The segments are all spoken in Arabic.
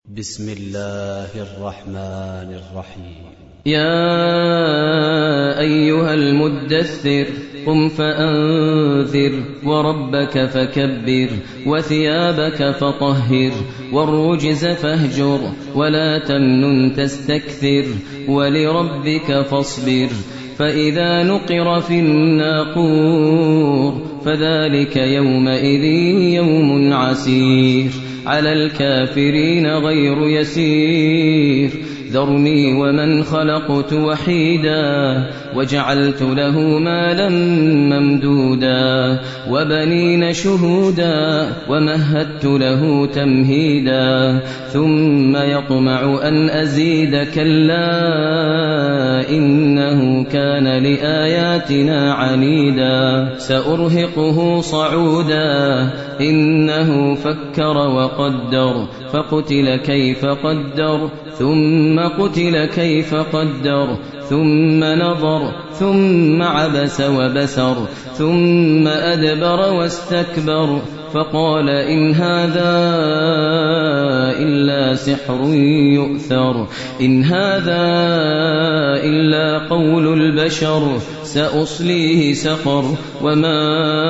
بسم الله الرحمن الرحيم. يا أيها المدثر قم فأنذر وربك فكبر وثيابك فطهر والرجز فاهجر ولا تمنن تستكثر ولربك فاصبر فإذا نقر في الناقور فذلك يومئذ يوم عسير على الكافرين غير يسير ذرني ومن خلقت وحيدا وجعلت له مالا ممدودا وبنين شهودا ومهدت له تمهيدا ثم يطمع أن أزيد كلا إنه كان لآياتنا عنيدا سأرهقه صعودا إنه فكر وقدر فقتل كيف قدر ثم قتل كيف قدر ثم نظر ثم عبس وبسر ثم أدبر واستكبر فقال إن هذا إلا سحر يؤثر إن هذا إلا قول البشر سأصليه سقر وما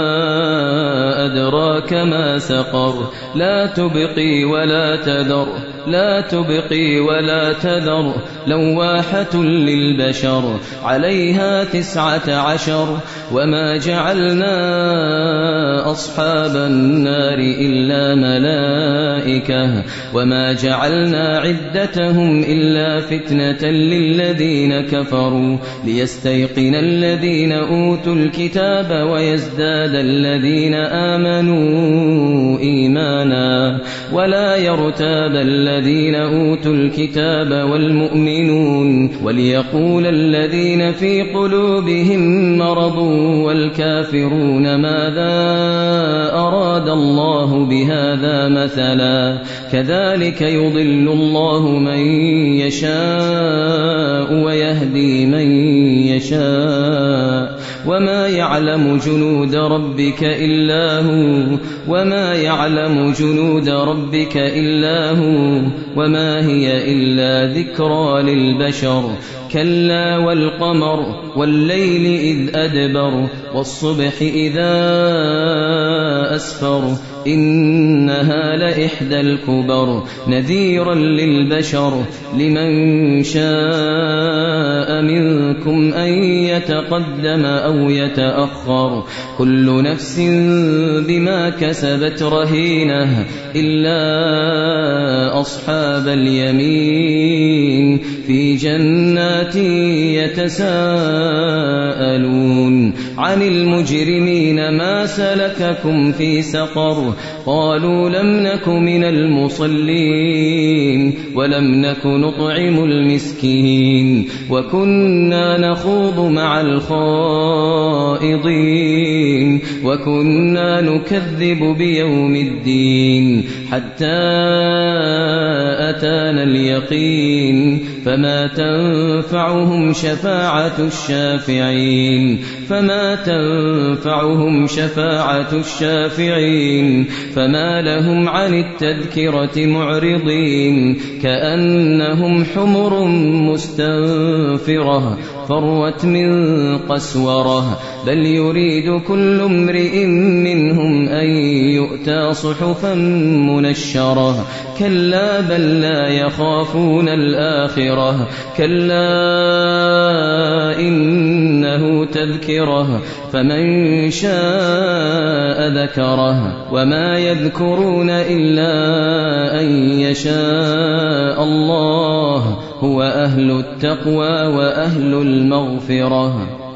أدراك ما سقر لا تبقي ولا تذر لا تبقي ولا تذر لواحة للبشر عليها 19 وما جعلنا أصحاب النار إلا ملائكة وما جعلنا عدتهم إلا فتنة للذين كفروا ليستيقن الذين أوتوا الكتاب ويزداد الذين آمنوا إيمانا ولا يرتاب الذين أوتوا الكتاب والمؤمنون وليقول الذين في قلوبهم مرض والكافرون ماذا أراد الله بهذا مثلا كذلك يضل الله من يشاء ويهدي من يشاء وما يعلم جنود ربك إلا هو وما يعلم جنود ربك إلا هو وما هي إلا ذكرى للبشر كلا والقمر والليل إذ أدبر والصبح إذا أسفر إنها لإحدى الكبر نذيرا للبشر لمن شاء منكم أن يتقدم أو يتأخر كل نفس بما كسبت رهينة إلا أصحاب اليمين في جنات يتساءلون عن المجرمين ما سلككم في سقر قالوا لم نك من المصلين ولم نك نطعم المسكين وكنا نخوض مع الخائضين وكنا نكذب بيوم الدين حتى أتانا اليقين فما تنفعهم شفاعة الشافعين فما لهم عن التذكرة معرضين كأنهم حمر مستنفرة فروت من قسورة بل يريد كل امرئ منهم أن يؤتى صحفا منشرة كلا بل لا يخافون الآخرة كلا إنه تذكرة فمن شاء ذكره وما يذكرون إلا أن يشاء الله هو أهل التقوى وأهل المغفرة